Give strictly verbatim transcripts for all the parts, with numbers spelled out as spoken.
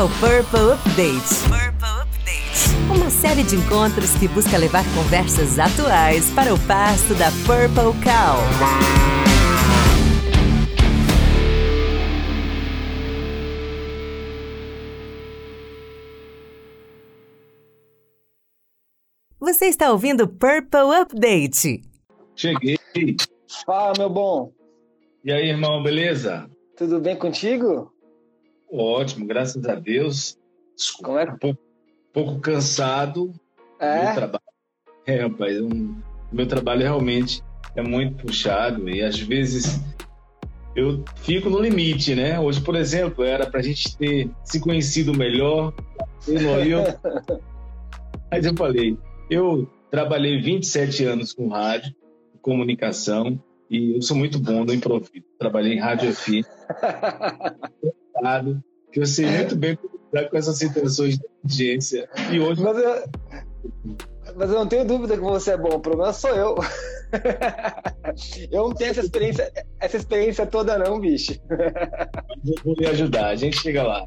é o Purple Update. Purple Update. Uma série de encontros que busca levar conversas atuais para o pasto da Purple Cow. Você está ouvindo Purple Update. Cheguei. Fala, meu bom. E aí, irmão, beleza? Tudo bem contigo? Ótimo, graças a Deus. Desculpa, Como é? um pouco, um pouco cansado. É? Meu trabalho. É, rapaz, um, meu trabalho realmente é muito puxado e às vezes eu fico no limite, né? Hoje, por exemplo, era pra gente ter se conhecido melhor. Eu, eu, mas eu falei, eu trabalhei vinte e sete anos com rádio, comunicação, e eu sou muito bom no improviso. Trabalhei em rádio F M, que eu sei muito bem lidar com essas situações de urgência. E hoje... Mas eu, mas eu não tenho dúvida que você é bom, o problema sou eu. Eu não tenho essa experiência, essa experiência toda não, bicho. Eu vou lhe ajudar, a gente chega lá.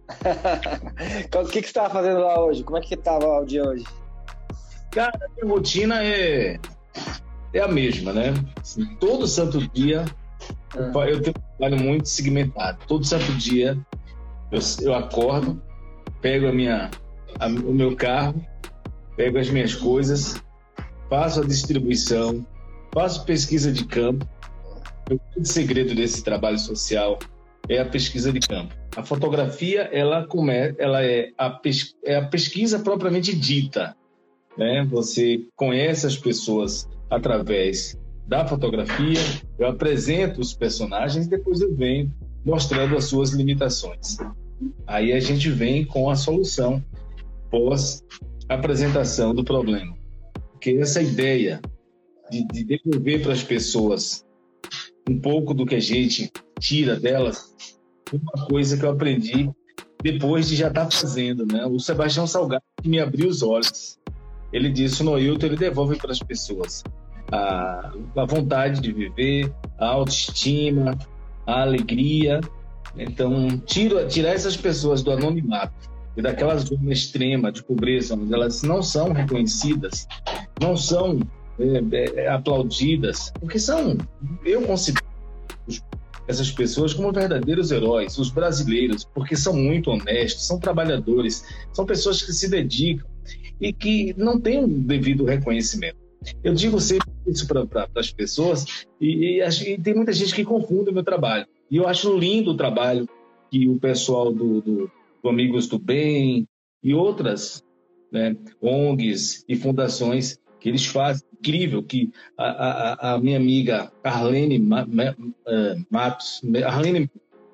O que, que você estava fazendo lá hoje? Como é que estava o dia hoje? Cara, a minha rotina é, é a mesma, né? Assim, todo santo dia eu, eu tenho um trabalho muito segmentado. Todo santo dia eu, eu acordo, pego a minha, a, o meu carro, pego as minhas coisas, faço a distribuição, faço pesquisa de campo. O grande segredo desse trabalho social é a pesquisa de campo. A fotografia, ela, come, ela é, a pes, é a pesquisa propriamente dita, né? Você conhece as pessoas através da fotografia, eu apresento os personagens e depois eu venho mostrando as suas limitações. Aí a gente vem com a solução pós apresentação do problema. Porque essa ideia de, de devolver para as pessoas um pouco do que a gente tira delas, uma coisa que eu aprendi depois de já estar fazendo, né? O Sebastião Salgado me abriu os olhos. Ele disse, o Noilton, ele devolve para as pessoas a, a vontade de viver, a autoestima, a alegria. Então, tiro, tirar essas pessoas do anonimato e daquela zona extrema de pobreza, onde elas não são reconhecidas, não são é, é, aplaudidas, porque são, eu considero essas pessoas como verdadeiros heróis, os brasileiros, porque são muito honestos, são trabalhadores, são pessoas que se dedicam e que não têm o devido reconhecimento. Eu digo sempre isso para pra, as pessoas e, e, e tem muita gente que confunde o meu trabalho. E eu acho lindo o trabalho que o pessoal do, do, do Amigos do Bem e outras, né, O N Gs e fundações que eles fazem. Incrível que a, a, a minha amiga Arlene Matos, Arlene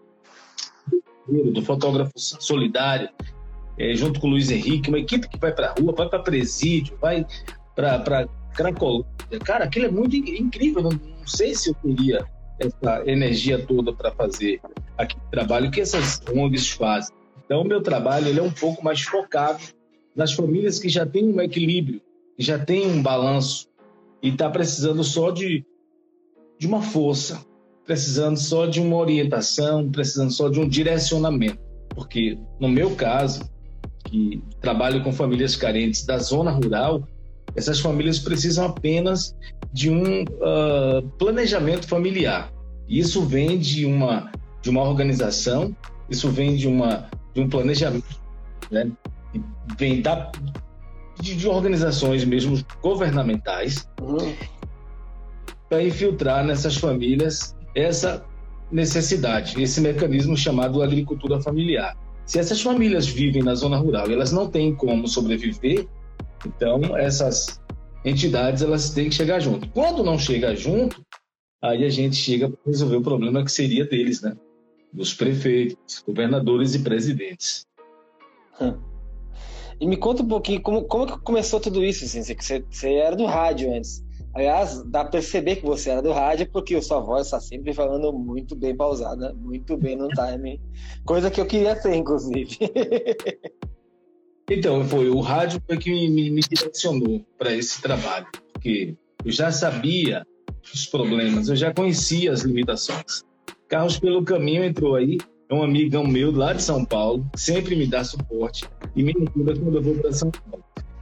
do Fotógrafo Solidário, é, junto com o Luiz Henrique, uma equipe que vai para a rua, vai para presídio, vai para Cracolândia. Cara, aquilo é muito incrível. Não, não sei se eu teria essa energia toda para fazer aquele trabalho que essas O N Gs fazem. Então, o meu trabalho ele é um pouco mais focado nas famílias que já têm um equilíbrio, que já têm um balanço e está precisando só de, de uma força, precisando só de uma orientação, precisando só de um direcionamento. Porque, no meu caso, que trabalho com famílias carentes da zona rural, essas famílias precisam apenas de um uh, planejamento familiar. E isso vem de uma, de uma organização, isso vem de, uma, de um planejamento, né? Vem da, de, de organizações mesmo governamentais, uhum, para infiltrar nessas famílias essa necessidade, esse mecanismo chamado agricultura familiar. Se essas famílias vivem na zona rural e elas não têm como sobreviver, então essas entidades elas têm que chegar junto. Quando não chega junto, aí a gente chega para resolver o problema que seria deles, né? Dos prefeitos, governadores e presidentes. Hum. E me conta um pouquinho como, como que começou tudo isso, assim? Você, você era do rádio antes. Aliás, dá para perceber que você era do rádio porque a sua voz está sempre falando muito bem pausada, muito bem no time. Coisa que eu queria ser, inclusive. Então, foi o rádio foi que me, me direcionou para esse trabalho, porque eu já sabia os problemas, eu já conhecia as limitações. Carros pelo Caminho entrou aí é um amigão meu lá de São Paulo, sempre me dá suporte e me ajuda quando eu vou para São Paulo.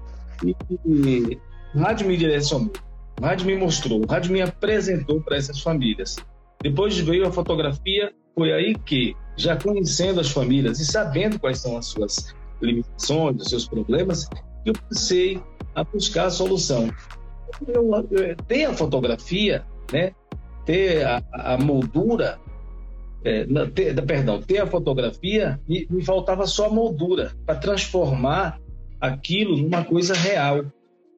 E, e o rádio me direcionou, o rádio me mostrou, o rádio me apresentou para essas famílias. Depois veio a fotografia, foi aí que, já conhecendo as famílias e sabendo quais são as suas limitações, os seus problemas, eu comecei a buscar a solução. Eu, eu, ter a fotografia, né, ter a, a moldura, é, ter, perdão, ter a fotografia, me, me faltava só a moldura para transformar aquilo numa coisa real,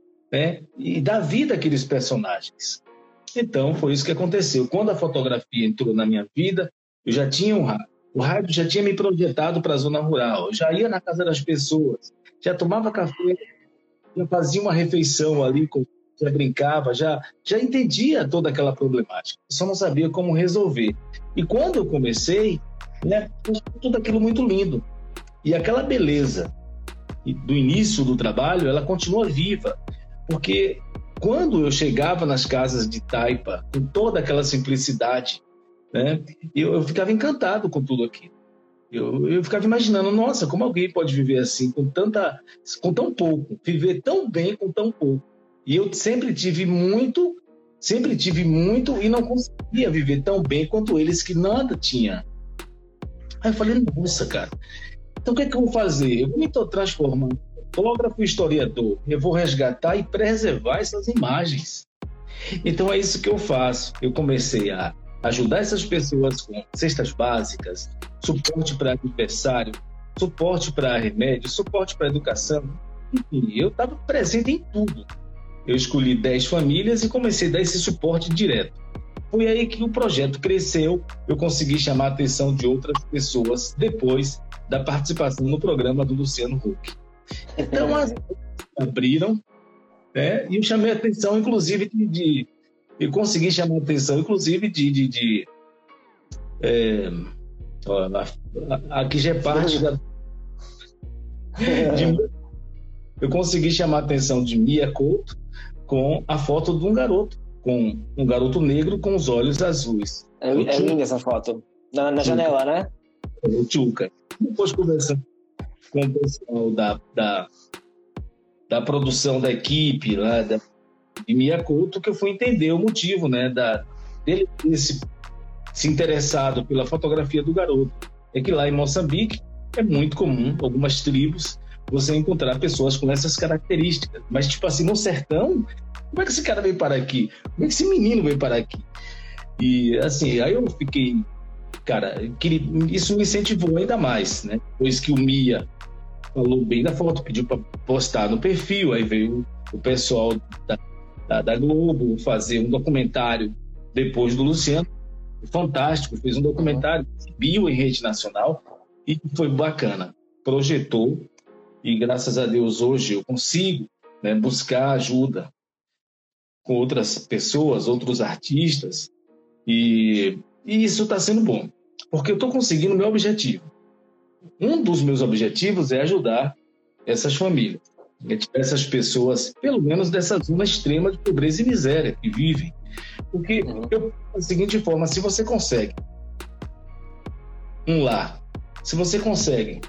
né, e dar vida àqueles personagens. Então, foi isso que aconteceu. Quando a fotografia entrou na minha vida, eu já tinha um rádio. O rádio já tinha me projetado para a zona rural. Eu já ia na casa das pessoas, já tomava café, já fazia uma refeição ali, já brincava, já, já entendia toda aquela problemática. Eu só não sabia como resolver. E quando eu comecei, né, tudo aquilo muito lindo. E aquela beleza do início do trabalho, ela continua viva. Porque quando eu chegava nas casas de taipa, com toda aquela simplicidade, né, eu, eu ficava encantado com tudo aquilo. Eu, eu ficava imaginando, nossa, como alguém pode viver assim, com, tanta, com tão pouco, viver tão bem com tão pouco. E eu sempre tive muito, sempre tive muito e não conseguia viver tão bem quanto eles que nada tinha. Aí eu falei, nossa, cara, então o que é que eu vou fazer? Eu vou me transformar em fotógrafo e historiador. Eu vou resgatar e preservar essas imagens. Então é isso que eu faço. Eu comecei a ajudar essas pessoas com cestas básicas, suporte para aniversário, suporte para remédio, suporte para educação. Enfim, eu estava presente em tudo. Eu escolhi dez famílias e comecei a dar esse suporte direto. Foi aí que o projeto cresceu, eu consegui chamar a atenção de outras pessoas depois da participação no programa do Luciano Huck. Então, as abriram, né, e eu chamei a atenção, inclusive, de... de eu consegui chamar a atenção, inclusive, de... de, de é, ó, aqui já é parte da... De, eu consegui chamar a atenção de Mia Couto com a foto de um garoto, com um garoto negro com os olhos azuis. É, é linda essa foto. Na, na janela, né? O Tchuca. Depois conversando com o pessoal da, da, da produção da equipe lá, da, de Mia Couto, que eu fui entender o motivo, né, da, dele ter se, se interessado pela fotografia do garoto. É que lá em Moçambique é muito comum, algumas tribos, você encontrar pessoas com essas características. Mas, tipo assim, no sertão, como é que esse cara veio parar aqui? Como é que esse menino veio parar aqui? E, assim, aí eu fiquei... Cara, isso me incentivou ainda mais, né? Depois que o Mia falou bem da foto, pediu para postar no perfil, aí veio o pessoal da, da, da Globo fazer um documentário depois do Luciano, fantástico, fez um documentário, exibiu em rede nacional e foi bacana. Projetou e, graças a Deus, hoje eu consigo, né, buscar ajuda com outras pessoas, outros artistas, e, e isso está sendo bom, porque eu estou conseguindo o meu objetivo. Um dos meus objetivos é ajudar essas famílias, essas pessoas, pelo menos dessa zona extrema de pobreza e miséria que vivem. Porque eu, da seguinte forma, se você consegue um lar, se você consegue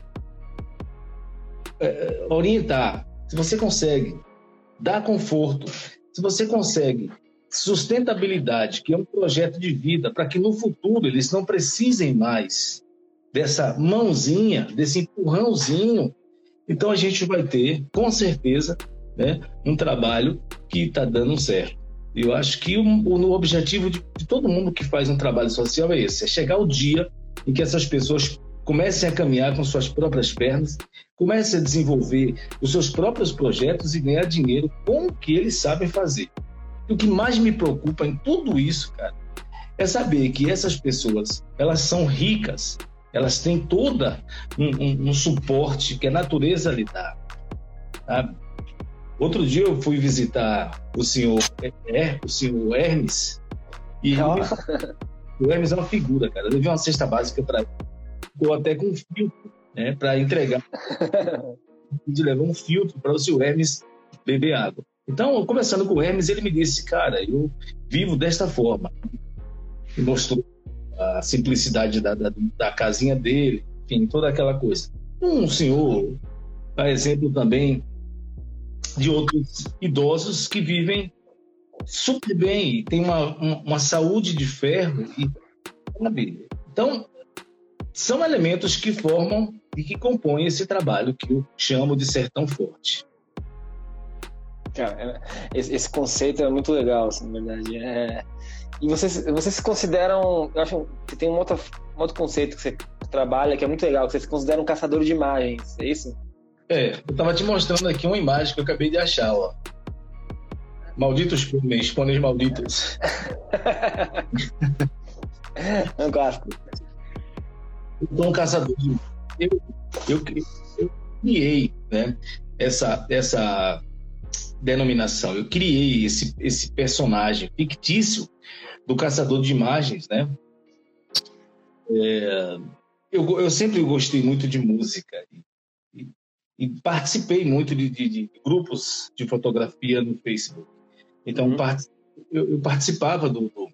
é, orientar, se você consegue dar conforto, se você consegue sustentabilidade, que é um projeto de vida, para que no futuro eles não precisem mais dessa mãozinha, desse empurrãozinho, então a gente vai ter, com certeza, né, um trabalho que está dando certo. Eu acho que o, o objetivo de, de todo mundo que faz um trabalho social é esse, é chegar o dia em que essas pessoas comecem a caminhar com suas próprias pernas, comecem a desenvolver os seus próprios projetos e ganhar dinheiro com o que eles sabem fazer. E o que mais me preocupa em tudo isso, cara, é saber que essas pessoas, elas são ricas, elas têm toda um, um, um suporte que a natureza lhe dá. Sabe? Outro dia eu fui visitar o senhor, é, o senhor Hermes, e ele, o Hermes é uma figura, cara. Eu levei uma cesta básica para ele, estou até com um filtro, né, para entregar. De levar um filtro para o senhor Hermes beber água. Então, conversando com o Hermes, ele me disse, cara, eu vivo desta forma. E mostrou a simplicidade da, da, da casinha dele, enfim, toda aquela coisa. Um senhor, a exemplo também de outros idosos que vivem super bem e tem uma, uma, uma saúde de ferro, e, sabe? Então, são elementos que formam e que compõem esse trabalho que eu chamo de Sertão Forte. Cara, esse, esse conceito é muito legal, assim, na verdade. É... E vocês, vocês se consideram... Eu acho que tem um outro, um outro conceito que você trabalha que é muito legal, que vocês se consideram caçador de imagens, é isso? É, eu estava te mostrando aqui uma imagem que eu acabei de achar, ó. Malditos pôneis, pôneis malditos. É um clássico. Eu sou um caçador de... Eu, eu, eu criei, né, essa, essa denominação. Eu criei esse, esse personagem fictício do caçador de imagens, né? É, eu, eu sempre gostei muito de música e, e participei muito de, de, de grupos de fotografia no Facebook. Então, uhum. eu, eu participava do, do,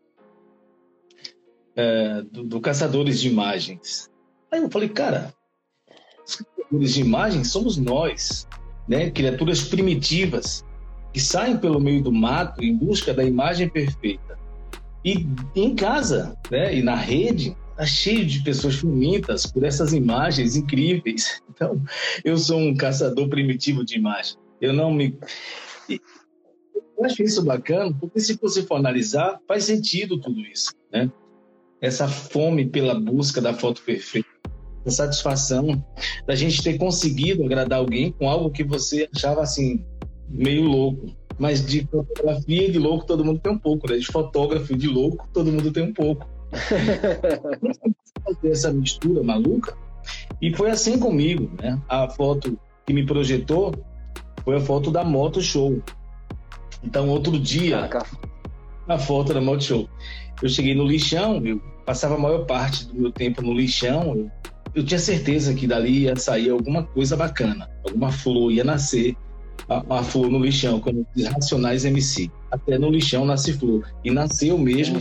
é, do, do Caçadores de Imagens. Aí eu falei, cara, os caçadores de imagens somos nós, né? Criaturas primitivas que saem pelo meio do mato em busca da imagem perfeita. E em casa, né? E na rede, está cheio de pessoas famintas por essas imagens incríveis. Então, eu sou um caçador primitivo de imagens. Eu não me... Eu acho isso bacana, porque se você for analisar, faz sentido tudo isso, né? Essa fome pela busca da foto perfeita, a satisfação da gente ter conseguido agradar alguém com algo que você achava, assim, meio louco. Mas de fotografia e de louco todo mundo tem um pouco, né? De fotógrafo e de louco todo mundo tem um pouco. Fazer essa mistura maluca, e foi assim comigo, né? A foto que me projetou foi a foto da Moto Show. Então, outro dia, a foto da Moto Show, eu cheguei no lixão, eu passava a maior parte do meu tempo no lixão, eu, eu tinha certeza que dali ia sair alguma coisa bacana, alguma flor, ia nascer a, a flor no lixão, como os Racionais M C. Até no lixão nasce flor, e nasceu mesmo.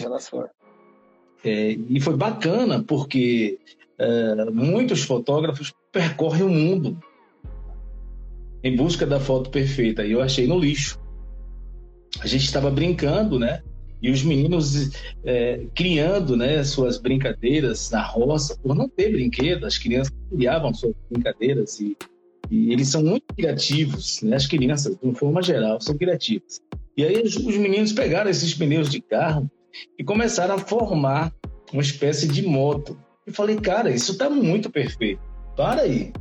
É, e foi bacana, porque é, muitos fotógrafos percorrem o mundo em busca da foto perfeita, e eu achei no lixo. A gente estava brincando, né? E os meninos é, criando, né, suas brincadeiras na roça, por não ter brinquedo, as crianças criavam suas brincadeiras e, e eles são muito criativos, né? As crianças, de uma forma geral, são criativas. E aí os, os meninos pegaram esses pneus de carro e começaram a formar uma espécie de moto. Eu falei, cara, isso está muito perfeito. Para aí.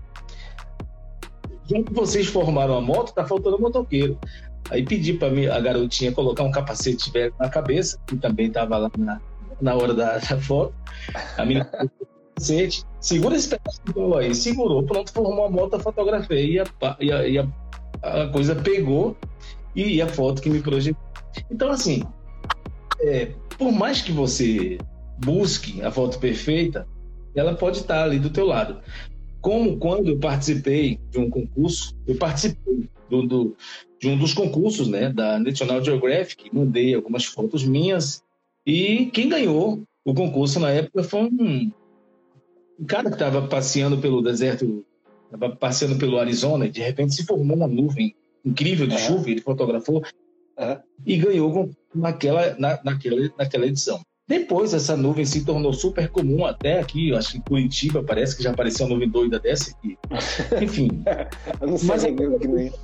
Já que vocês formaram a moto, está faltando motoqueiro. Aí pedi para a garotinha colocar um capacete velho na cabeça, que também estava lá na, na hora da, da foto. A menina colocou o capacete, segura esse pedaço aí, segurou, pronto, formou a moto, fotografei, e, a, e, a, e a, a coisa pegou, e, e a foto que me projetou. Então, assim, é, por mais que você busque a foto perfeita, ela pode estar ali do teu lado. Como quando eu participei de um concurso, eu participei do, do, de um dos concursos, né, da National Geographic, mandei algumas fotos minhas, e quem ganhou o concurso na época foi um, um cara que estava passeando pelo deserto, estava passeando pelo Arizona, e de repente se formou uma nuvem incrível de é. chuva, ele fotografou, é. e ganhou naquela, na, naquela, naquela edição. Depois, essa nuvem se tornou super comum até aqui, eu acho que em Curitiba parece que já apareceu uma nuvem doida dessa aqui. Enfim. Eu não sei mas é que nem.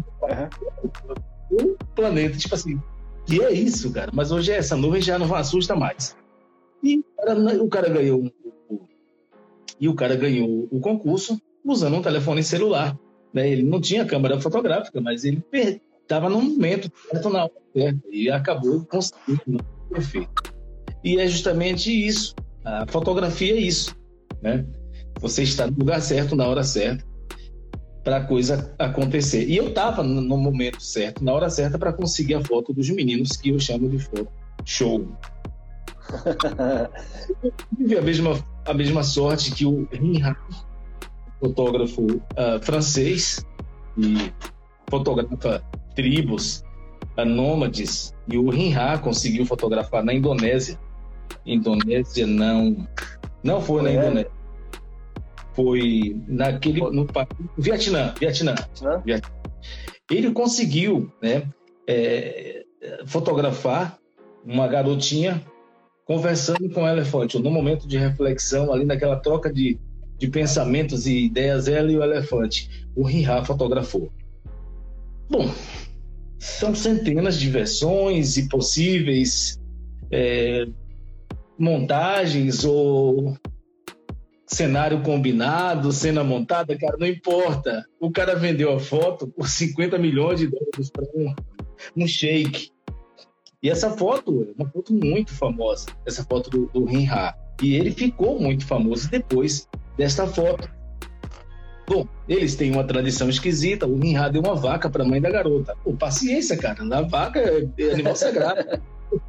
O planeta, tipo assim, que é isso, cara? Mas hoje essa nuvem já não assusta mais. E o cara ganhou e o cara ganhou o concurso usando um telefone celular, né? Ele não tinha câmera fotográfica, mas ele estava no momento certo, na hora certa, e acabou conseguindo perfeito. E é justamente isso. A fotografia é isso, né? Você está no lugar certo, na hora certa, para a coisa acontecer. E eu estava no momento certo, na hora certa, para conseguir a foto dos meninos, que eu chamo de foto show. Eu tive a mesma, a mesma sorte que o Rinha, fotógrafo uh, francês, e fotografa tribos, uh, nômades, e o Rinha conseguiu fotografar na Indonésia Indonésia, não. Não foi na Indonésia. Foi naquele... No Vietnã. Vietnã. Hã? Vietnã. Ele conseguiu, né, é, fotografar uma garotinha conversando com o elefante. No momento de reflexão, ali naquela troca de, de pensamentos e ideias, ela e o elefante. O Rin-Ha fotografou. Bom, são centenas de versões e possíveis é, montagens ou cenário combinado, cena montada, cara, não importa. O cara vendeu a foto por cinquenta milhões de dólares para um, um shake. E essa foto é uma foto muito famosa, essa foto do, do Rin-Ha. E ele ficou muito famoso depois desta foto. Bom, eles têm uma tradição esquisita, o Rin-Ha deu uma vaca para a mãe da garota. Pô, paciência, cara, a vaca é animal sagrado.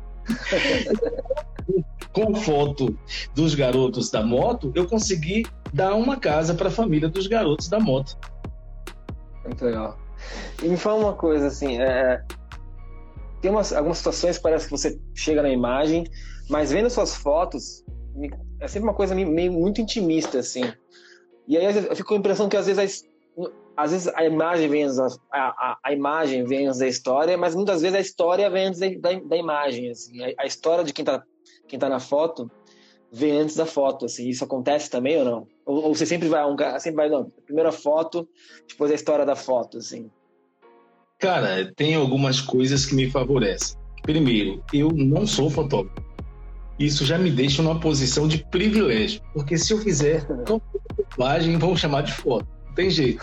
Com foto dos garotos da moto, eu consegui dar uma casa para a família dos garotos da moto. Muito legal. E me fala uma coisa, assim, é... tem umas, algumas situações que parece que você chega na imagem, mas vendo suas fotos, é sempre uma coisa meio, meio muito intimista, assim. E aí eu fico com a impressão que às vezes a, às vezes a imagem vem antes da, a, a imagem vem antes da história, mas muitas vezes a história vem antes da, da, da imagem, assim. A, a história de quem tá quem tá na foto vem antes da foto, assim. Isso acontece também ou não? Ou, ou você sempre vai, um, sempre vai, não, primeiro a foto, depois a história da foto, assim? Cara, tem algumas coisas que me favorecem. Primeiro, eu não sou fotógrafo. Isso já me deixa numa posição de privilégio, porque se eu fizer imagem, vão chamar de foto. Não tem jeito.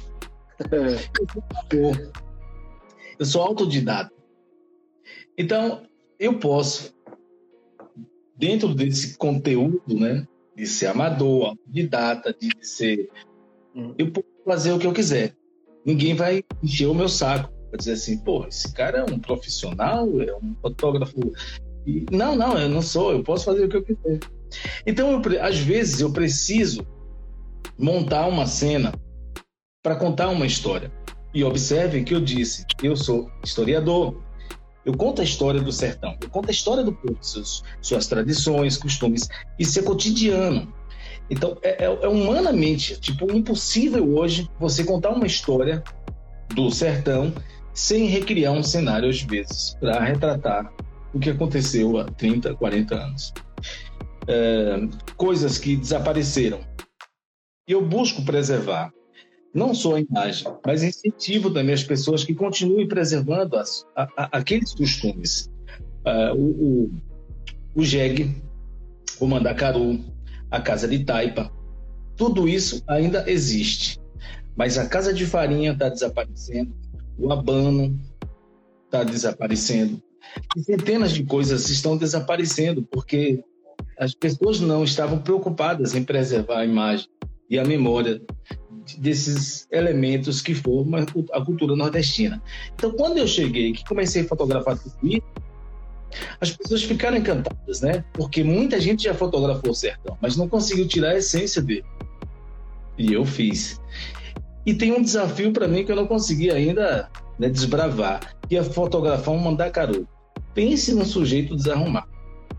Eu, eu sou autodidata. Então, eu posso, dentro desse conteúdo, né, de ser amador, autodidata, de ser... Eu posso fazer o que eu quiser. Ninguém vai encher o meu saco. Vai dizer assim, pô, esse cara é um profissional, é um fotógrafo... E, não, não, eu não sou, eu posso fazer o que eu quiser. Então, eu, às vezes, eu preciso montar uma cena para contar uma história. E observem que eu disse, eu sou historiador. Eu conto a história do sertão, eu conto a história do povo, seus, suas tradições, costumes. Isso é cotidiano. Então, é, é, é humanamente, tipo, impossível hoje você contar uma história do sertão sem recriar um cenário, às vezes, para retratar o que aconteceu há trinta, quarenta anos. É, coisas que desapareceram. E eu busco preservar não só a imagem, mas incentivo também as pessoas que continuem preservando as, a, a, aqueles costumes. Uh, o, o, o jegue, o mandacaru, a casa de taipa, tudo isso ainda existe. Mas a casa de farinha está desaparecendo, o abano está desaparecendo. E centenas de coisas estão desaparecendo porque as pessoas não estavam preocupadas em preservar a imagem e a memória desses elementos que formam a cultura nordestina. Então, quando eu cheguei, que comecei a fotografar tudo isso, as pessoas ficaram encantadas, né? Porque muita gente já fotografou o sertão, mas não conseguiu tirar a essência dele. E eu fiz. E tem um desafio para mim que eu não consegui ainda, né, desbravar, que é fotografar um mandacaru. Pense num sujeito desarrumado.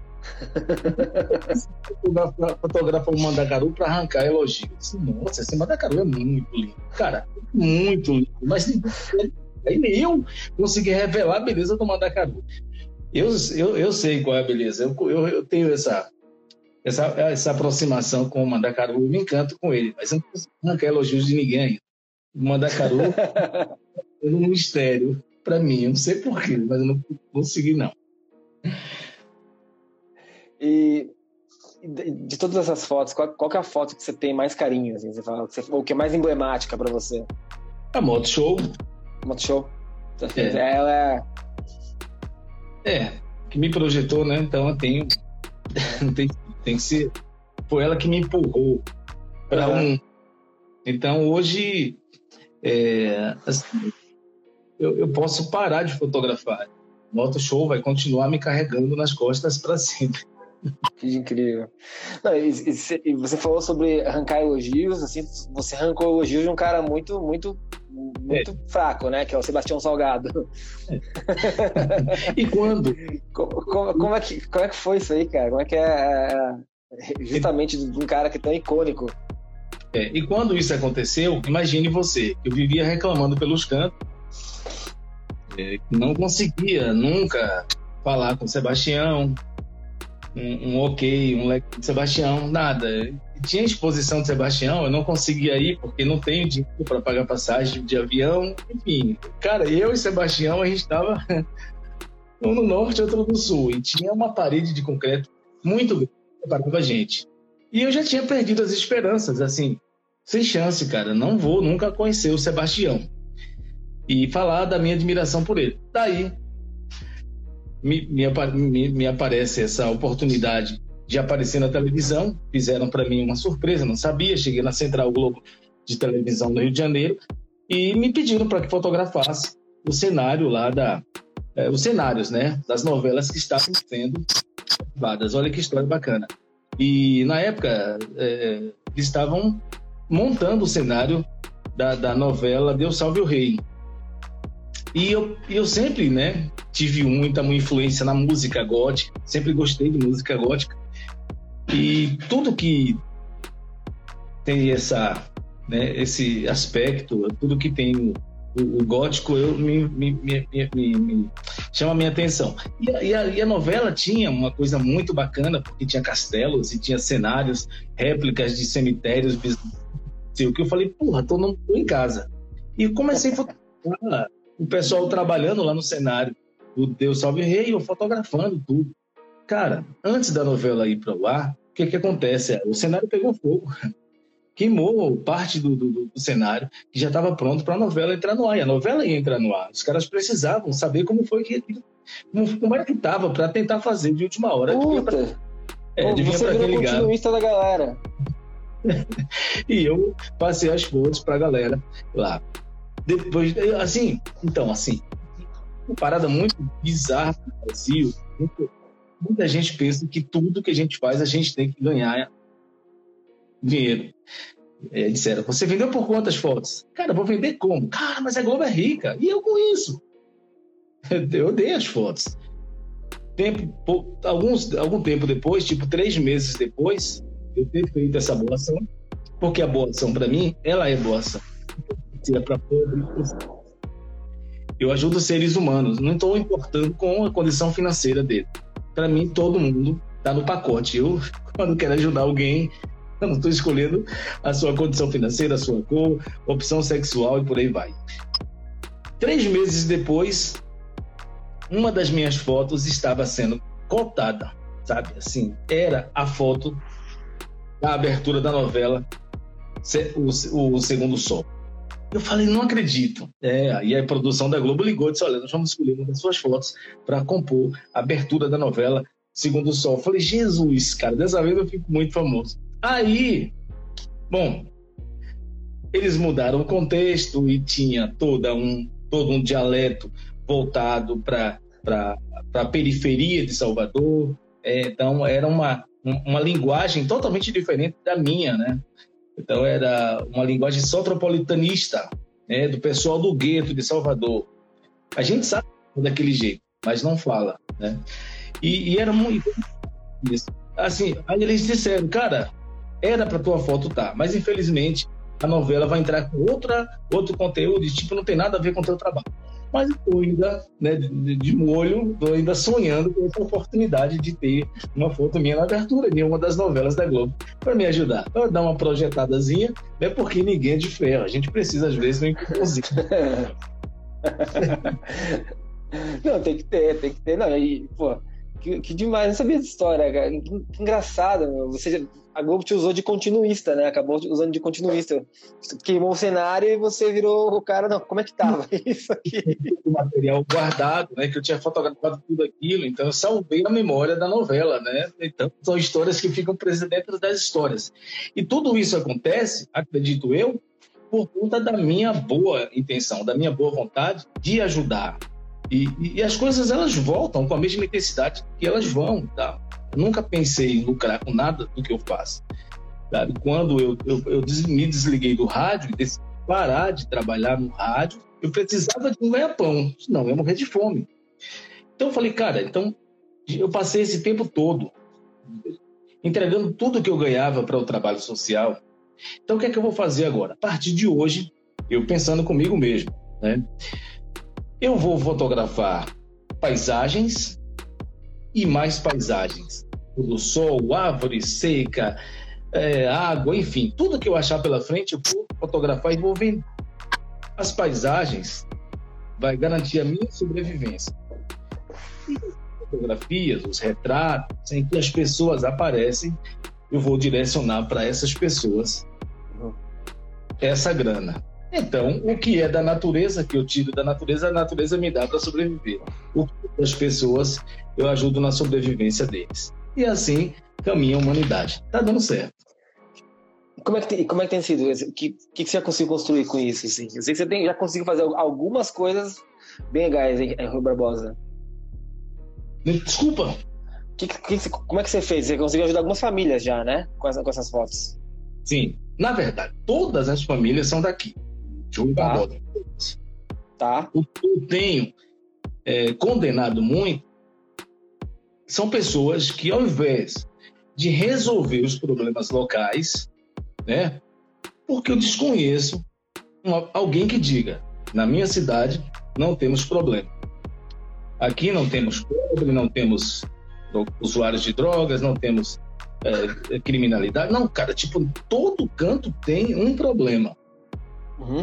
Fotografa um mandacaru para arrancar elogios. Nossa, esse mandacaru é muito lindo. Cara, muito lindo. Mas nem eu consegui revelar a beleza do mandacaru. Eu, eu, eu sei qual é a beleza. Eu, eu, eu tenho essa, essa, essa aproximação com o mandacaru. Eu me encanto com ele. Mas eu não consigo arrancar elogios de ninguém ainda. O mandacaru é um mistério para mim. Eu não sei porquê, mas eu não consegui, não. E de todas essas fotos, qual, qual que é a foto que você tem mais carinho, assim, você fala, ou que é mais emblemática para você? A moto show. Moto show. É. Ela é... É, que me projetou, né? Então eu tenho... tem, tem que ser... Foi ela que me empurrou para uhum. um... Então hoje é, assim, eu, eu posso parar de fotografar. Moto show vai continuar me carregando nas costas para sempre. Que incrível. Não, e, e, e você falou sobre arrancar elogios, assim, você arrancou elogios de um cara muito, muito muito é. fraco, né? Que é o Sebastião Salgado. É. E quando? Como, como, como, é que, como é que foi isso aí, cara? Como é que é justamente de um cara que é tão icônico? É, e quando isso aconteceu, imagine você, eu vivia reclamando pelos cantos, é, não conseguia nunca falar com o Sebastião, um, um ok, um leque de Sebastião, nada. Tinha exposição de Sebastião, eu não conseguia ir porque não tenho dinheiro para pagar passagem de avião, enfim. Cara, eu e Sebastião, a gente estava um no norte, outro no sul, e tinha uma parede de concreto muito grande para a gente. E eu já tinha perdido as esperanças, assim, sem chance, cara, não vou nunca conhecer o Sebastião e falar da minha admiração por ele. Daí me, me, me, me aparece essa oportunidade de aparecer na televisão, fizeram para mim uma surpresa, não sabia, cheguei na Central Globo de televisão do Rio de Janeiro e me pediram para que fotografasse o cenário lá da, é, os cenários, né, das novelas que estavam sendo gravadas. Olha que história bacana. E na época é, eles estavam montando o cenário da, da novela Deus Salve o Rei. E eu, eu sempre, né, tive muita, muita influência na música gótica, sempre gostei de música gótica. E tudo que tem essa, né, esse aspecto, tudo que tem o, o gótico, eu, me, me, me, me, me chama a minha atenção. E a, e, a, e a novela tinha uma coisa muito bacana, porque tinha castelos e tinha cenários, réplicas de cemitérios, o que eu falei, porra, tô, não, tô em casa. E comecei a fotografar o pessoal trabalhando lá no cenário do Deus Salve Rei, eu fotografando tudo. Cara, antes da novela ir para o ar, o que que acontece? O cenário pegou fogo, queimou parte do, do, do cenário, que já estava pronto para a novela entrar no ar. E a novela ia entrar no ar. Os caras precisavam saber como foi que... Como, como é que estava para tentar fazer de última hora. Puta! É, Pô, você virou continuista da galera. E eu passei as fotos para a galera lá. Depois, assim, então, assim, uma parada muito bizarra no Brasil. Muito, muita gente pensa que tudo que a gente faz, a gente tem que ganhar dinheiro. É, disseram, você vendeu por quantas fotos? Cara, vou vender como? Cara, mas a Globo é rica. E eu com isso? Eu dei as fotos. Tempo, alguns, algum tempo depois, tipo três meses depois, eu ter feito essa boa ação, porque a boa ação, para mim, ela é boa ação. Se é para pobre, eu ajudo seres humanos, não estou importando com a condição financeira dele. Para mim, todo mundo está no pacote. Eu, quando quero ajudar alguém, eu não estou escolhendo a sua condição financeira, a sua cor, opção sexual e por aí vai. Três meses depois, uma das minhas fotos estava sendo cotada, sabe? Assim, era a foto da abertura da novela O, o Segundo Sol. Eu falei, não acredito. É, e a produção da Globo ligou e disse, olha, nós vamos escolher uma das suas fotos para compor a abertura da novela Segundo Sol. Eu falei, Jesus, cara, dessa vez eu fico muito famoso. Aí, bom, eles mudaram o contexto e tinha toda um, todo um dialeto voltado para a periferia de Salvador. É, então, era uma, uma linguagem totalmente diferente da minha, né? Então, era uma linguagem sotropolitanista, né, do pessoal do gueto de Salvador. A gente sabe daquele jeito, mas não fala, né? E, e era muito isso. Assim, aí eles disseram, cara, era para tua foto tá, mas infelizmente a novela vai entrar com outra, outro conteúdo e tipo, não tem nada a ver com o teu trabalho. Mas eu estou ainda, né, de, de molho, estou ainda sonhando com essa oportunidade de ter uma foto minha na abertura de uma das novelas da Globo para me ajudar, para dar uma projetadazinha, né, porque ninguém é de ferro, a gente precisa às vezes de um empurrãozinho. Não, tem que ter, tem que ter, não, e, pô, que, que demais, não sabia dessa história, cara, que, que engraçado, meu. Você, a Globo te usou de continuista, né, acabou usando de continuista, queimou o cenário e você virou o cara, não, como é que tava isso aqui? O material guardado, né, que eu tinha fotografado tudo aquilo, então eu salvei a memória da novela, né, então são histórias que ficam presas dentro das histórias, e tudo isso acontece, acredito eu, por conta da minha boa intenção, da minha boa vontade de ajudar. E, e as coisas, elas voltam com a mesma intensidade que elas vão, tá? Eu nunca pensei em lucrar com nada do que eu faço, sabe? Quando eu, eu, eu me desliguei do rádio e decidi parar de trabalhar no rádio, eu precisava de um ganha-pão, senão eu ia morrer de fome. Então eu falei, cara, então eu passei esse tempo todo entregando tudo que eu ganhava para o trabalho social. Então o que é que eu vou fazer agora? A partir de hoje, eu pensando comigo mesmo, né? Eu vou fotografar paisagens e mais paisagens. O sol, árvore seca, é, água, enfim, tudo que eu achar pela frente eu vou fotografar e vou vender. As paisagens vai garantir a minha sobrevivência. E as fotografias, os retratos em que as pessoas aparecem, eu vou direcionar para essas pessoas essa grana. Então, o que é da natureza, que eu tiro da natureza, a natureza me dá para sobreviver. O que é das pessoas, eu ajudo na sobrevivência deles. E assim caminha a humanidade. Tá dando certo. Como é que tem, como é que tem sido? O que, que você já conseguiu construir com isso? Assim? Eu sei que você tem, já conseguiu fazer algumas coisas bem legais em, em Rui Barbosa. Desculpa. Que, que, como é que você fez? Você conseguiu ajudar algumas famílias já, né? Com, essa, com essas fotos. Sim. Na verdade, todas as famílias são daqui. De Rui Tá. Barbosa. Tá. O que eu tenho é, condenado muito são pessoas que, ao invés de resolver os problemas locais, né? Porque eu desconheço uma, alguém que diga, na minha cidade não temos problema. Aqui não temos pobre, não temos usuários de drogas, não temos é, criminalidade. Não, cara, tipo, todo canto tem um problema. Uhum.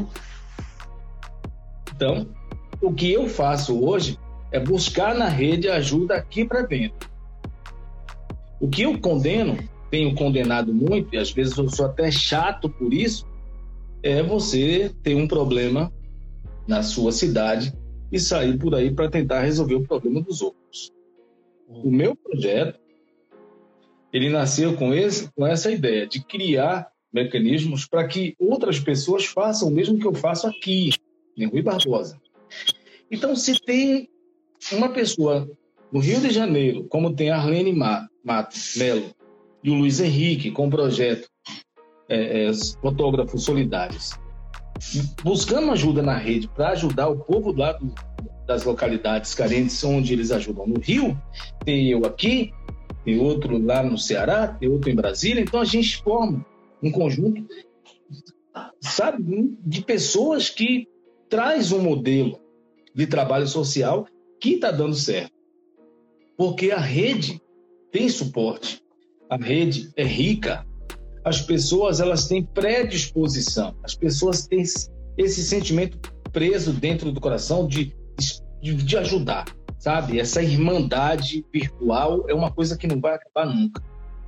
Então, o que eu faço hoje é buscar na rede ajuda aqui para dentro. O que eu condeno, tenho condenado muito, e às vezes eu sou até chato por isso, é você ter um problema na sua cidade e sair por aí para tentar resolver o problema dos outros. O meu projeto, ele nasceu com, esse, com essa ideia de criar mecanismos para que outras pessoas façam o mesmo que eu faço aqui, em Rui Barbosa. Então, se tem uma pessoa no Rio de Janeiro, como tem a Arlene Matos Melo e o Luiz Henrique, com o projeto é, é, Fotógrafos Solidários, buscando ajuda na rede para ajudar o povo lá do, das localidades carentes onde eles ajudam. No Rio, tem eu aqui, tem outro lá no Ceará, tem outro em Brasília. Então, a gente forma um conjunto, sabe, de pessoas que traz um modelo de trabalho social que está dando certo. Porque a rede tem suporte, a rede é rica, as pessoas elas têm predisposição, as pessoas têm esse sentimento preso dentro do coração de, de, de ajudar, sabe? Essa irmandade virtual é uma coisa que não vai acabar nunca.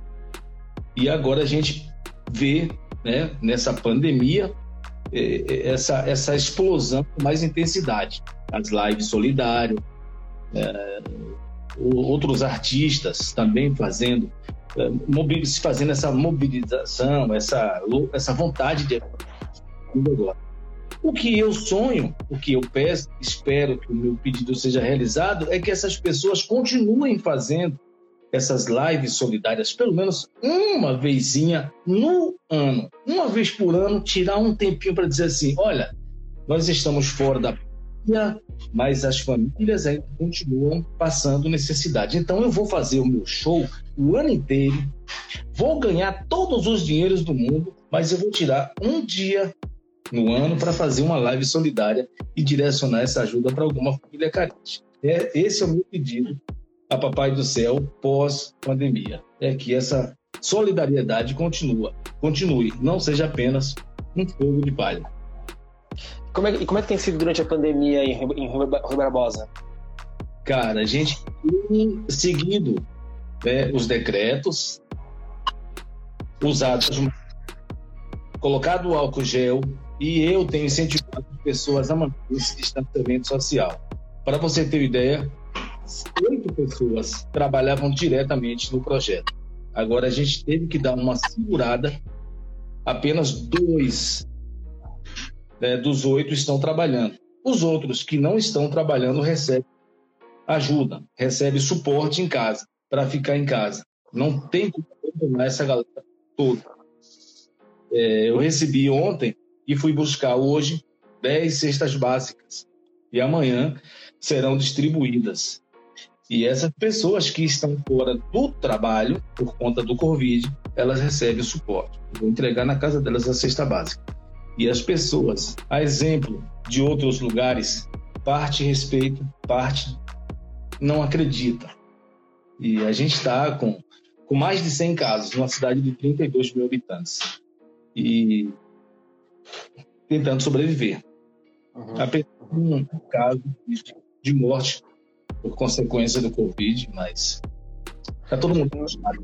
E agora a gente vê, né, nessa pandemia, essa, essa explosão com mais intensidade. As lives solidárias, é, outros artistas também fazendo, é, fazendo essa mobilização, essa, essa vontade de agora. O que eu sonho, o que eu peço, espero que o meu pedido seja realizado, é que essas pessoas continuem fazendo essas lives solidárias, pelo menos uma vezinha no ano, uma vez por ano, tirar um tempinho para dizer assim, olha, nós estamos fora da pandemia, mas as famílias ainda continuam passando necessidade. Então eu vou fazer o meu show o ano inteiro, vou ganhar todos os dinheiros do mundo, mas eu vou tirar um dia no ano para fazer uma live solidária e direcionar essa ajuda para alguma família carente. É, esse é o meu pedido a Papai do Céu pós-pandemia. É que essa solidariedade continua, continue, não seja apenas um fogo de palha. Como é, como é que tem sido durante a pandemia em, em Rui Barbosa? Cara, a gente tem seguido, né, os decretos, usado, colocado o álcool gel, e eu tenho incentivado as pessoas a manter esse distanciamento social. Para você ter uma ideia, oito pessoas trabalhavam diretamente no projeto. Agora a gente teve que dar uma segurada, apenas dois, né, dos oito estão trabalhando. Os outros que não estão trabalhando recebem ajuda, recebem suporte em casa, para ficar em casa. Não tem como abandonar essa galera toda. É, eu recebi ontem e fui buscar hoje dez cestas básicas. E amanhã serão distribuídas. E essas pessoas que estão fora do trabalho, por conta do Covid, elas recebem o suporte. Eu vou entregar na casa delas a cesta básica. E as pessoas, a exemplo de outros lugares, parte respeita, parte não acredita. E a gente está com, com mais de cem casos, numa cidade de trinta e dois mil habitantes. E tentando sobreviver. Uhum. Apenas um caso de, de morte por consequência do Covid, mas está todo mundo acostumado.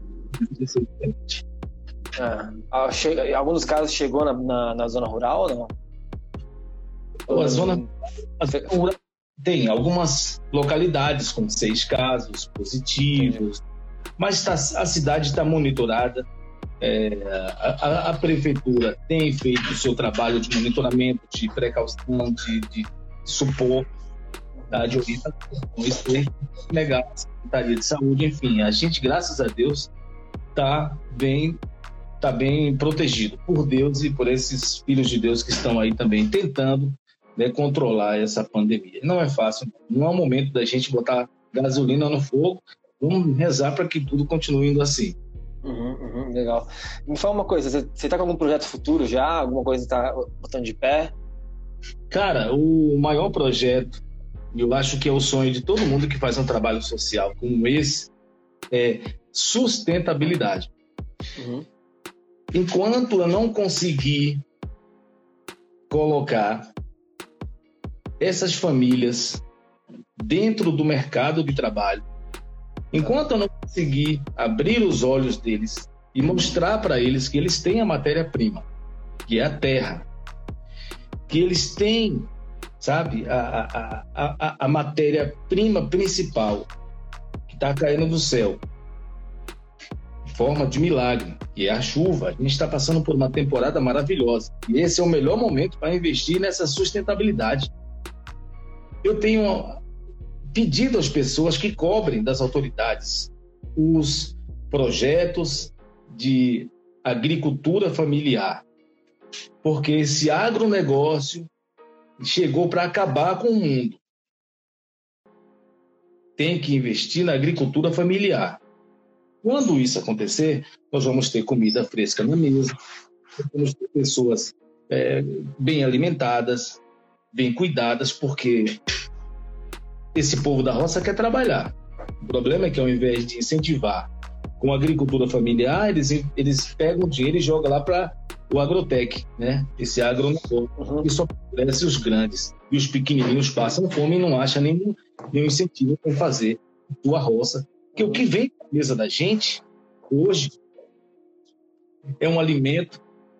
Ah, che... Em alguns casos chegou na, na, na zona rural ou não? Pô, a zona a zona rural tem algumas localidades com seis casos positivos, mas tá, a cidade está monitorada. É, a, a prefeitura tem feito o seu trabalho de monitoramento, de precaução, de, de suporte, tá, de orientação, isso foi legal, a Secretaria de Saúde, enfim, a gente, graças a Deus, está bem, tá bem protegido por Deus e por esses filhos de Deus que estão aí também tentando, né, controlar essa pandemia. Não é fácil, não é o momento da gente botar gasolina no fogo, vamos rezar para que tudo continue indo assim. Uhum, uhum, legal. Me fala uma coisa, você está com algum projeto futuro já? Alguma coisa está botando de pé? Cara, o maior projeto, eu acho que é o sonho de todo mundo que faz um trabalho social como esse, é sustentabilidade. Uhum. Enquanto eu não conseguir colocar essas famílias dentro do mercado de trabalho, enquanto eu não conseguir abrir os olhos deles e mostrar para eles que eles têm a matéria-prima, que é a terra, que eles têm, sabe, a, a, a, a matéria-prima principal que está caindo do céu, em forma de milagre, que é a chuva. A gente está passando por uma temporada maravilhosa e esse é o melhor momento para investir nessa sustentabilidade. Eu tenho pedido às pessoas que cobrem das autoridades os projetos de agricultura familiar, porque esse agronegócio chegou para acabar com o mundo. Tem que investir na agricultura familiar. Quando isso acontecer, nós vamos ter comida fresca na mesa, vamos ter pessoas é, bem alimentadas, bem cuidadas, porque esse povo da roça quer trabalhar. O problema é que, ao invés de incentivar com a agricultura familiar, eles, eles pegam o dinheiro e jogam lá para o agrotec, né? Esse agronegócio, uhum. que só favorece os grandes. E os pequenininhos passam fome e não acham nenhum, nenhum incentivo para fazer sua roça. Porque o que vem na mesa da gente, hoje, é um alimento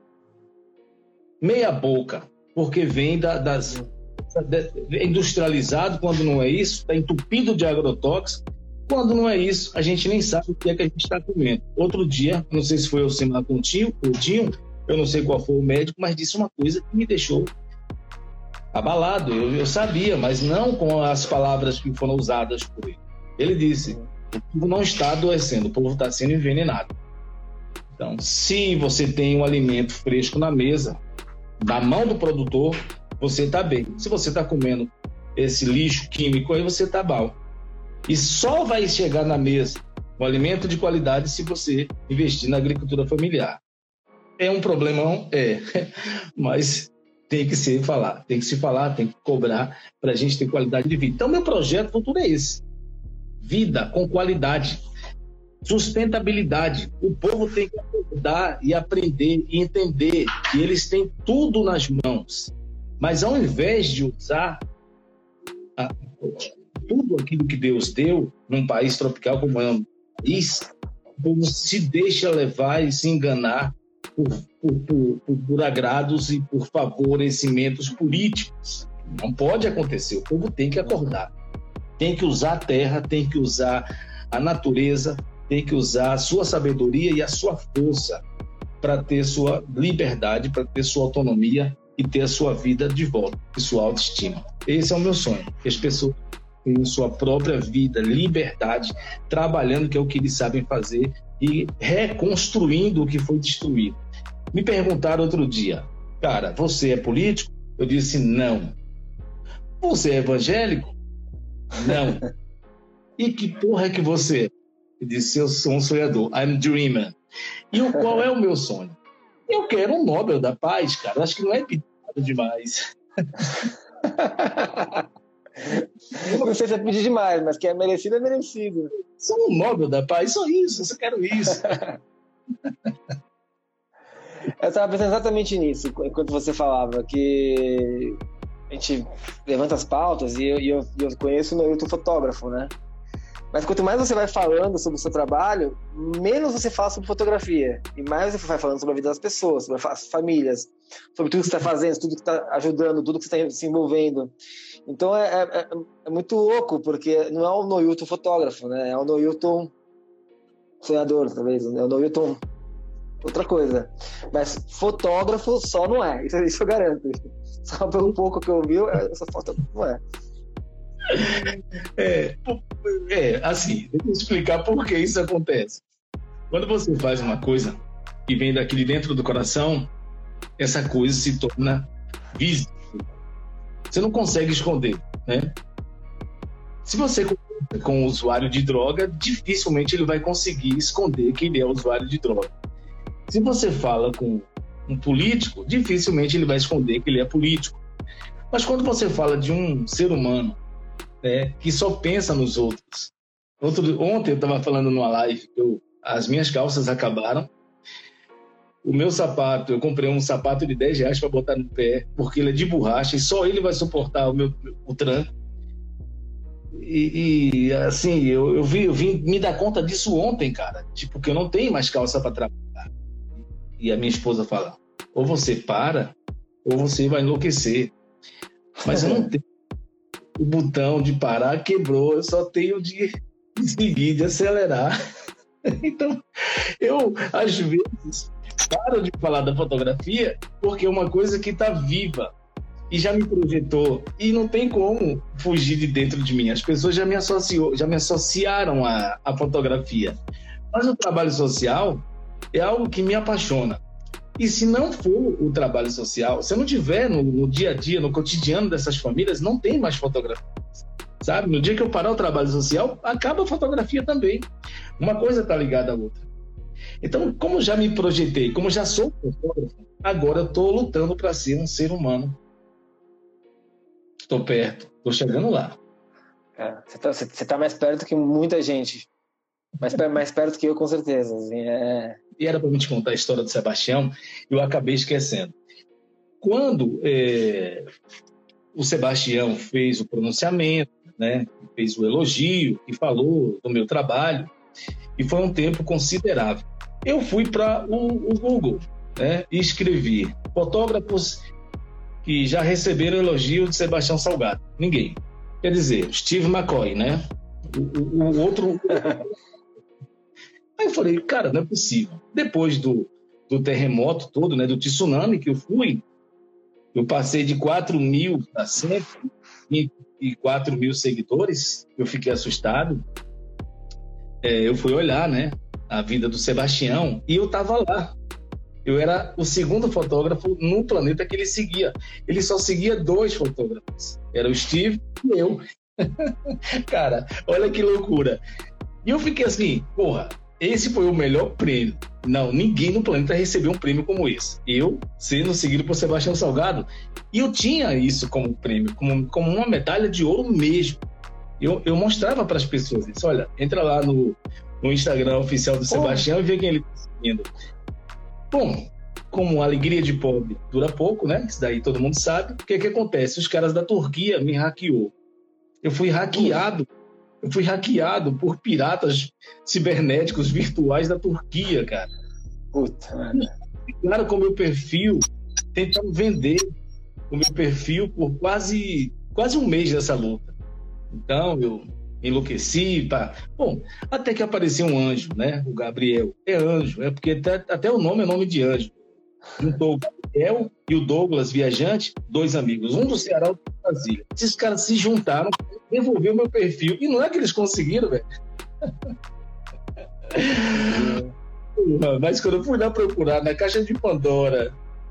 meia boca, porque vem da, das... industrializado, quando não é isso, está entupido de agrotóxico, quando não é isso, a gente nem sabe o que é que a gente está comendo. Outro dia, não sei se foi eu seminar com o tio, o tio, eu não sei qual foi o médico, mas disse uma coisa que me deixou abalado. Eu, eu sabia, mas não com as palavras que foram usadas por ele. Ele disse: o povo não está adoecendo, o povo está sendo envenenado. Então, se você tem um alimento fresco na mesa, na mão do produtor, você está bem. Se você está comendo esse lixo químico aí, você está mal. E só vai chegar na mesa um alimento de qualidade se você investir na agricultura familiar. É um problemão? É. Mas tem que se falar, tem que se falar, tem que cobrar para a gente ter qualidade de vida. Então, meu projeto futuro é esse. Vida com qualidade. Sustentabilidade. O povo tem que acordar e aprender e entender que eles têm tudo nas mãos. Mas ao invés de usar a, tudo aquilo que Deus deu num país tropical como é um país, o povo se deixa levar e se enganar por, por, por, por, por agrados e por favorecimentos políticos. Não pode acontecer. O povo tem que acordar. Tem que usar a terra, tem que usar a natureza, tem que usar a sua sabedoria e a sua força para ter sua liberdade, para ter sua autonomia e ter a sua vida de volta e sua autoestima. Esse é o meu sonho, que as pessoas tenham sua própria vida, liberdade, trabalhando, que é o que eles sabem fazer, e reconstruindo o que foi destruído. Me perguntaram outro dia, cara, você é político? Eu disse, não. Você é evangélico? Não. E que porra é que você é? Eu disse, eu sou um sonhador. I'm dreamer. E o, qual é o meu sonho? Eu quero um Nobel da Paz, cara. Acho que não é pedido demais. Não sei se é pedir demais, mas que é merecido, é merecido. Só um Nobel da Paz, só isso. Eu só quero isso. Eu estava pensando exatamente nisso, enquanto você falava, que a gente levanta as pautas e eu, e eu, eu conheço o Noilton fotógrafo, né? Mas quanto mais você vai falando sobre o seu trabalho, menos você fala sobre fotografia. E mais você vai falando sobre a vida das pessoas, sobre as famílias, sobre tudo que você está fazendo, tudo que está ajudando, tudo que você está se envolvendo. Então é, é, é muito louco, porque não é o Noilton fotógrafo, né? É o Noilton sonhador, talvez. É o Noilton outra coisa. Mas fotógrafo só não é. Isso, isso eu garanto. Só pelo pouco que eu vi, essa foto não é. É, é, assim, deixa eu explicar por que isso acontece. Quando você faz uma coisa que vem daqui de dentro do coração, essa coisa se torna visível. Você não consegue esconder, né? Se você conversa com um usuário de droga, dificilmente ele vai conseguir esconder que ele é usuário de droga. Se você fala com um político, dificilmente ele vai esconder que ele é político. Mas quando você fala de um ser humano, né, que só pensa nos outros. Outro, ontem eu estava falando numa live que eu, as minhas calças acabaram. O meu sapato, eu comprei um sapato de dez reais para botar no pé, porque ele é de borracha e só ele vai suportar o meu o tranco. E, e assim, eu, eu, vi, eu vim me dar conta disso ontem, cara. Tipo, que eu não tenho mais calça para trabalhar. E a minha esposa fala, ou você para, ou você vai enlouquecer. Mas eu não tenho. O botão de parar quebrou, eu só tenho de seguir, de acelerar. Então, eu, às vezes, paro de falar da fotografia porque é uma coisa que está viva e já me projetou e não tem como fugir de dentro de mim. As pessoas já me, associou, já me associaram à, à fotografia. Mas o trabalho social é algo que me apaixona. E se não for o trabalho social, se eu não tiver no, no dia a dia, no cotidiano dessas famílias, não tem mais fotografia, sabe? No dia que eu parar o trabalho social, acaba a fotografia também. Uma coisa está ligada à outra. Então, como já me projetei, como já sou fotógrafo, agora eu estou lutando para ser um ser humano. Estou perto, estou chegando lá. É, você está você tá mais perto que muita gente. Mais, mais perto que eu, com certeza. Assim, é... E era para me te contar a história do Sebastião, eu acabei esquecendo. Quando é, o Sebastião fez o pronunciamento, né, fez o elogio e falou do meu trabalho, e foi um tempo considerável. Eu fui para o, o Google, né, e escrevi fotógrafos que já receberam elogio de Sebastião Salgado. Ninguém. Quer dizer, Steve McCoy, né? O, o, o outro... Aí eu falei, cara, não é possível. Depois do, do terremoto todo, né, do tsunami que eu fui, eu passei de quatro mil a cento e quatro mil seguidores, eu fiquei assustado. É, eu fui olhar, né, a vida do Sebastião e eu estava lá. Eu era o segundo fotógrafo no planeta que ele seguia. Ele só seguia dois fotógrafos. Era o Steve e eu. Cara, olha que loucura. E eu fiquei assim, porra, esse foi o melhor prêmio. Não, ninguém no planeta recebeu um prêmio como esse. Eu, sendo seguido por Sebastião Salgado, e eu tinha isso como prêmio, como, como uma medalha de ouro mesmo. Eu, eu mostrava para as pessoas isso. Olha, entra lá no, no Instagram oficial do Sebastião oh. e vê quem ele está seguindo. Bom, como a alegria de pobre dura pouco, né? Isso daí todo mundo sabe. O que que acontece? Os caras da Turquia me hackeou. Eu fui hackeado. Eu fui hackeado por piratas cibernéticos virtuais da Turquia, cara. Puta, mano. Ficaram com o meu perfil, tentando vender o meu perfil por quase, quase um mês dessa luta. Então, eu enlouqueci. Pá. Bom, até que apareceu um anjo, né? O Gabriel. É anjo, é porque até, até o nome é nome de anjo. Juntou o Gabriel e o Douglas, viajante, dois amigos. Um do Ceará, outro do Brasília. Esses caras se juntaram, devolveu o meu perfil. E não é que eles conseguiram, velho. Mas quando eu fui lá procurar na caixa de Pandora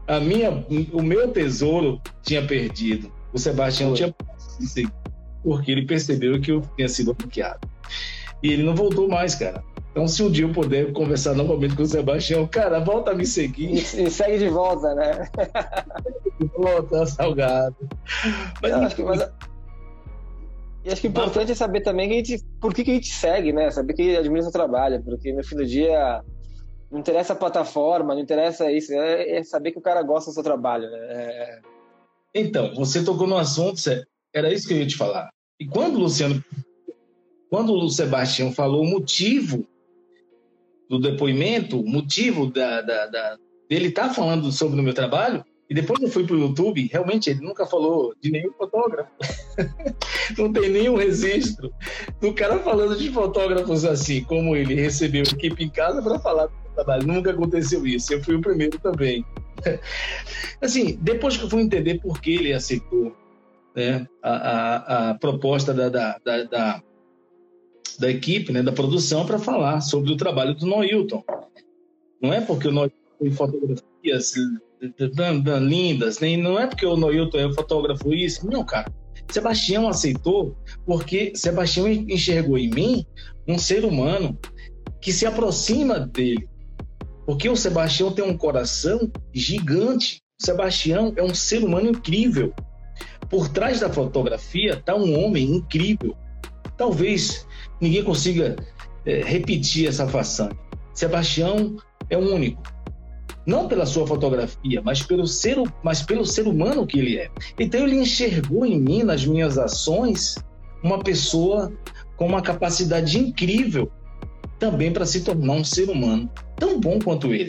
a minha, o meu tesouro tinha perdido. O Sebastião Foi. tinha perdido, porque ele percebeu que eu tinha sido hackeado. E ele não voltou mais, cara. Então, se um dia eu puder conversar novamente com o Sebastião, cara, volta a me seguir. E, e segue de volta, né? Volta, salgado. Mas, eu acho que, mas, e acho que o importante é saber também que a gente, por que, que a gente segue, né? Saber que admira o seu trabalho, porque no fim do dia não interessa a plataforma, não interessa isso, é, é saber que o cara gosta do seu trabalho, né? É... Então, você tocou no assunto, era isso que eu ia te falar. E quando o Luciano, quando o Sebastião falou o motivo do depoimento, o motivo da, da, da, dele estar tá falando sobre o meu trabalho, e depois eu fui para o YouTube, realmente ele nunca falou de nenhum fotógrafo. Não tem nenhum registro do cara falando de fotógrafos assim, como ele recebeu a equipe em casa para falar do trabalho. Nunca aconteceu isso, eu fui o primeiro também. Assim, depois que eu fui entender por que ele aceitou, né, a, a, a proposta da, da, da, da, da equipe, né, da produção, para falar sobre o trabalho do Noilton. Não é porque o Noilton tem fotografias lindas, nem, não é porque o Noilton é o fotógrafo isso, não, cara. Sebastião aceitou porque Sebastião enxergou em mim um ser humano que se aproxima dele, porque o Sebastião tem um coração gigante. O Sebastião é um ser humano incrível. Por trás da fotografia está um homem incrível. Talvez ninguém consiga é, repetir essa façanha. Sebastião é único. Não pela sua fotografia, mas pelo, ser, mas pelo ser humano que ele é. Então ele enxergou em mim, nas minhas ações, uma pessoa com uma capacidade incrível também para se tornar um ser humano tão bom quanto ele.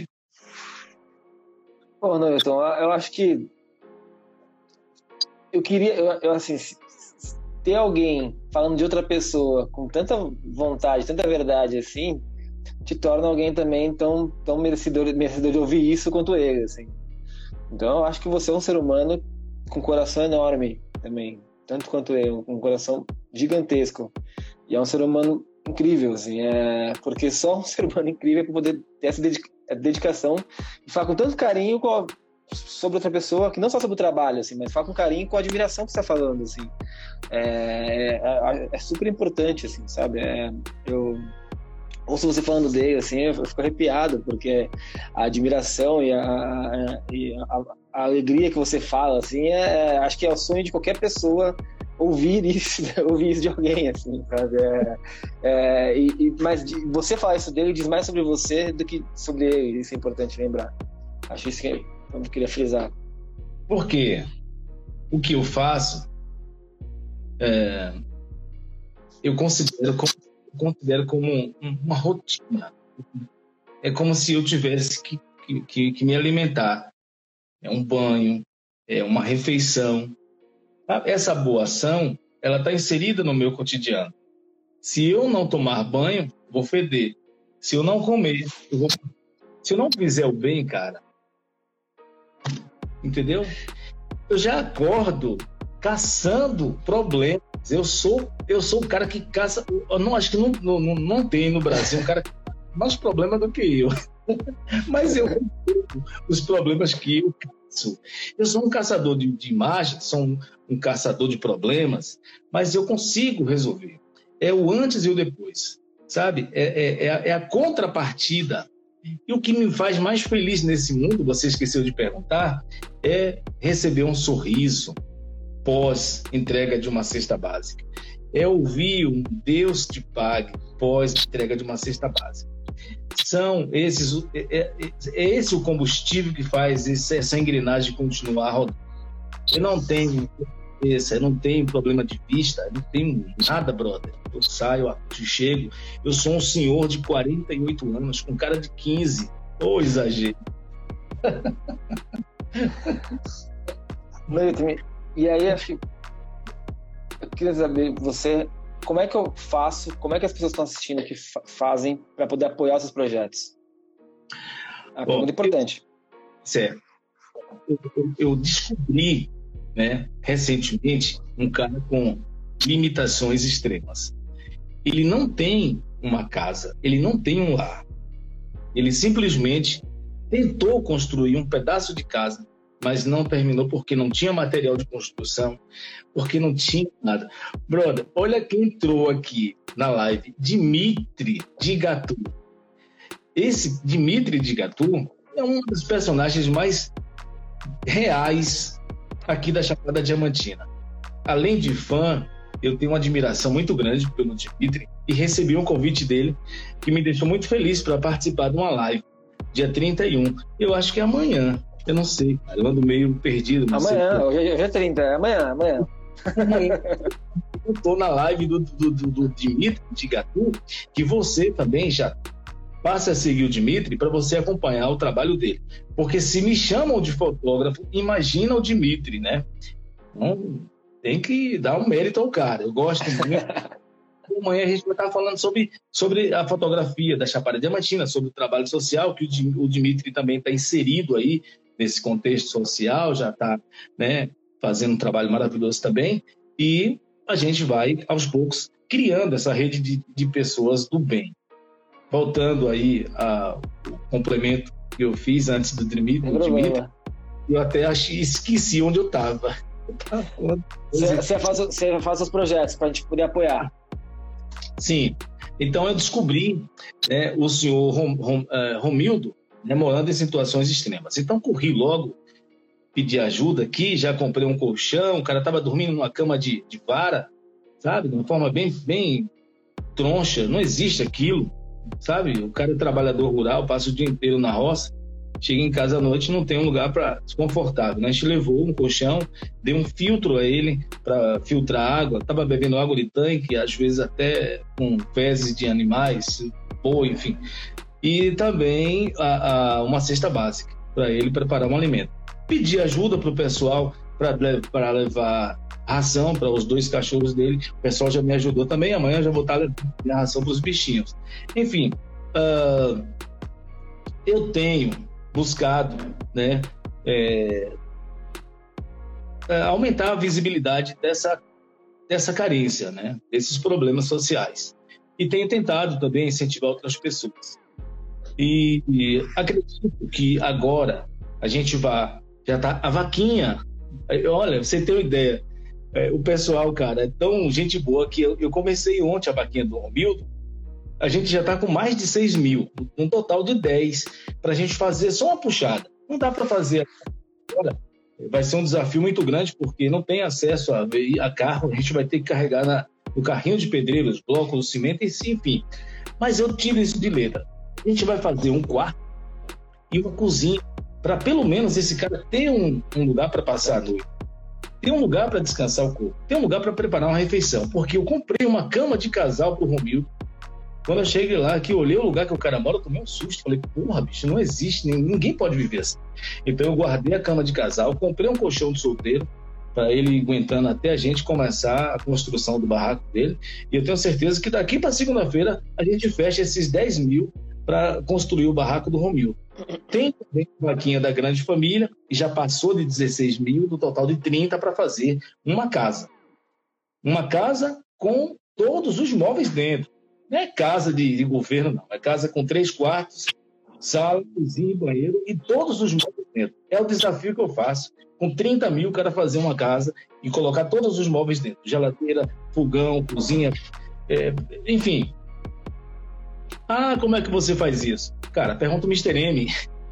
Pô, Noilton, eu acho que eu queria, eu, eu assim, ter alguém falando de outra pessoa com tanta vontade, tanta verdade assim, te torna alguém também tão, tão merecedor, merecedor de ouvir isso quanto ele, assim. Então eu acho que você é um ser humano com um coração enorme também, tanto quanto eu, com um coração gigantesco. E é um ser humano incrível, assim, é... porque só um ser humano incrível para poder ter essa dedicação e falar com tanto carinho com a... sobre outra pessoa, que não só sobre o trabalho, assim, mas falar com carinho, com a admiração que você está falando, assim. É... É... é super importante, assim, sabe? É... Eu ouço você falando dele, assim, eu fico arrepiado, porque a admiração e a, a, e a, a alegria que você fala, assim, é, acho que é o sonho de qualquer pessoa ouvir isso, ouvir isso de alguém, assim, sabe? É, é, e, e, mas de, você falar isso dele diz mais sobre você do que sobre ele, isso é importante lembrar. Acho isso que eu queria frisar. Porque o que eu faço, é, eu considero como considero como uma rotina. É como se eu tivesse que, que, que me alimentar. É um banho, é uma refeição. Essa boa ação, ela está inserida no meu cotidiano. Se eu não tomar banho, vou feder. Se eu não comer, eu vou... Se eu não fizer o bem, cara, entendeu? Eu já acordo caçando problemas. Eu sou, eu sou o cara que caça... Eu não, acho que não, não, não tem no Brasil um cara que tem mais problema do que eu. Mas eu os problemas que eu caço. Eu sou um caçador de, de imagens, sou um, um caçador de problemas, mas eu consigo resolver. É o antes e o depois, sabe? É, é, é, a, é a contrapartida. E o que me faz mais feliz nesse mundo, você esqueceu de perguntar, é receber um sorriso pós entrega de uma cesta básica. É ouvir um Deus te pague pós entrega de uma cesta básica. São esses, é, é, é esse o combustível que faz esse, essa engrenagem continuar rodando. Eu não tenho eu não tenho problema de vista, eu não tenho nada, brother. Eu saio, eu chego, eu sou um senhor de quarenta e oito anos com cara de quinze. Ô, exagero. E aí, acho que eu queria saber, você, como é que eu faço, como é que as pessoas que estão assistindo que fa- fazem para poder apoiar os seus projetos? É uma pergunta importante. Certo. Eu, eu, eu descobri, né, recentemente, um cara com limitações extremas. Ele não tem uma casa, ele não tem um lar. Ele simplesmente tentou construir um pedaço de casa, mas não terminou porque não tinha material de construção, porque não tinha nada. Brother, olha quem entrou aqui na live, Dimitri de Gatu. Esse Dimitri de Gatu é um dos personagens mais reais aqui da Chapada Diamantina. Além de fã, eu tenho uma admiração muito grande pelo Dimitri e recebi um convite dele que me deixou muito feliz para participar de uma live, dia trinta e um. Eu acho que é amanhã, eu não sei, cara, eu ando meio perdido. Amanhã, hoje é trinta, é amanhã, amanhã. Eu estou na live do, do, do, do Dimitri de Gatu, que você também já passe a seguir o Dimitri para você acompanhar o trabalho dele. Porque se me chamam de fotógrafo, imagina o Dimitri, né? Então, tem que dar um mérito ao cara. Eu gosto muito. Amanhã a gente vai estar falando sobre, sobre a fotografia da Chapada Diamantina, sobre o trabalho social, que o Dimitri também está inserido aí nesse contexto social, já está, né, fazendo um trabalho maravilhoso também. E a gente vai, aos poucos, criando essa rede de, de pessoas do bem. Voltando aí ao complemento que eu fiz antes do Dimitri, do Dimitri, eu até achei, esqueci onde eu estava. Você faz, você faz os projetos para a gente poder apoiar. Sim. Então eu descobri, né, o senhor Rom, Rom, uh, Romildo, né, morando em situações extremas. Então corri logo, pedi ajuda aqui, já comprei um colchão, o cara estava dormindo numa cama de, de vara, sabe? De uma forma bem, bem troncha, não existe aquilo, sabe? O cara é trabalhador rural, passa o dia inteiro na roça, chega em casa à noite e não tem um lugar para desconfortável, né? A gente levou um colchão, deu um filtro a ele para filtrar água, estava bebendo água de tanque, às vezes até com fezes de animais, boi, enfim. E também a, a, uma cesta básica para ele preparar um alimento. Pedi ajuda para o pessoal para levar ração para os dois cachorros dele. O pessoal já me ajudou também. Amanhã eu já vou estar levando a ração para os bichinhos. Enfim, uh, eu tenho buscado, né, é, é, aumentar a visibilidade dessa, dessa carência, né, desses problemas sociais. E tenho tentado também incentivar outras pessoas. E, e acredito que agora a gente vai, já tá a vaquinha. Olha, você tem uma ideia, é, o pessoal, cara, é tão gente boa que eu, eu comecei ontem a vaquinha do Romildo, a gente já está com mais de seis mil, um total de dez, para a gente fazer só uma puxada. Não dá para fazer agora, vai ser um desafio muito grande, porque não tem acesso a, a carro, a gente vai ter que carregar na, no carrinho de pedreiro, os blocos, o cimento, enfim. Mas eu tiro isso de letra. A gente vai fazer um quarto e uma cozinha, para pelo menos esse cara ter um, um lugar para passar a noite, ter um lugar para descansar o corpo, ter um lugar para preparar uma refeição, porque eu comprei uma cama de casal para o Romildo. Quando eu cheguei lá, que eu olhei o lugar que o cara mora, eu tomei um susto, falei, porra, bicho, não existe, ninguém pode viver assim. Então eu guardei a cama de casal, comprei um colchão de solteiro, para ele aguentando até a gente começar a construção do barraco dele, e eu tenho certeza que daqui para segunda-feira a gente fecha esses dez mil para construir o barraco do Romildo. Tem também a vaquinha da grande família, e já passou de dezesseis mil, do total de trinta, para fazer uma casa. Uma casa com todos os móveis dentro. Não é casa de, de governo, não. É casa com três quartos, sala, cozinha e banheiro, e todos os móveis dentro. É o desafio que eu faço. Com trinta mil, o cara fazer uma casa e colocar todos os móveis dentro. Geladeira, fogão, cozinha, é, enfim. Ah, como é que você faz isso? Cara, pergunta o mister M.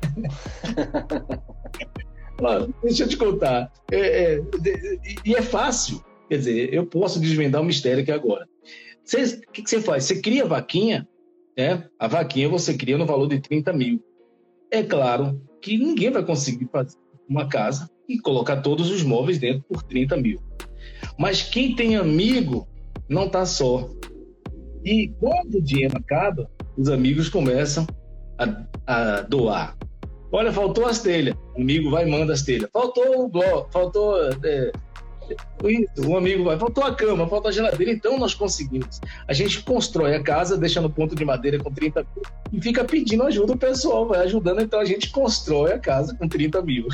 Deixa eu te contar. É, é, e é fácil. Quer dizer, eu posso desvendar o mistério aqui agora. O que, que você faz? Você cria a vaquinha, né? A vaquinha você cria no valor de trinta mil. É claro que ninguém vai conseguir fazer uma casa e colocar todos os móveis dentro por trinta mil. Mas quem tem amigo não está só. E quando o dinheiro acaba, os amigos começam a, a doar. Olha, faltou as telhas. O amigo vai e manda as telhas. Faltou o bloco, faltou... É, isso, um amigo vai, faltou a cama, faltou a geladeira, então nós conseguimos. A gente constrói a casa, deixa no ponto de madeira com trinta mil e fica pedindo ajuda, o pessoal vai ajudando, então a gente constrói a casa com trinta mil.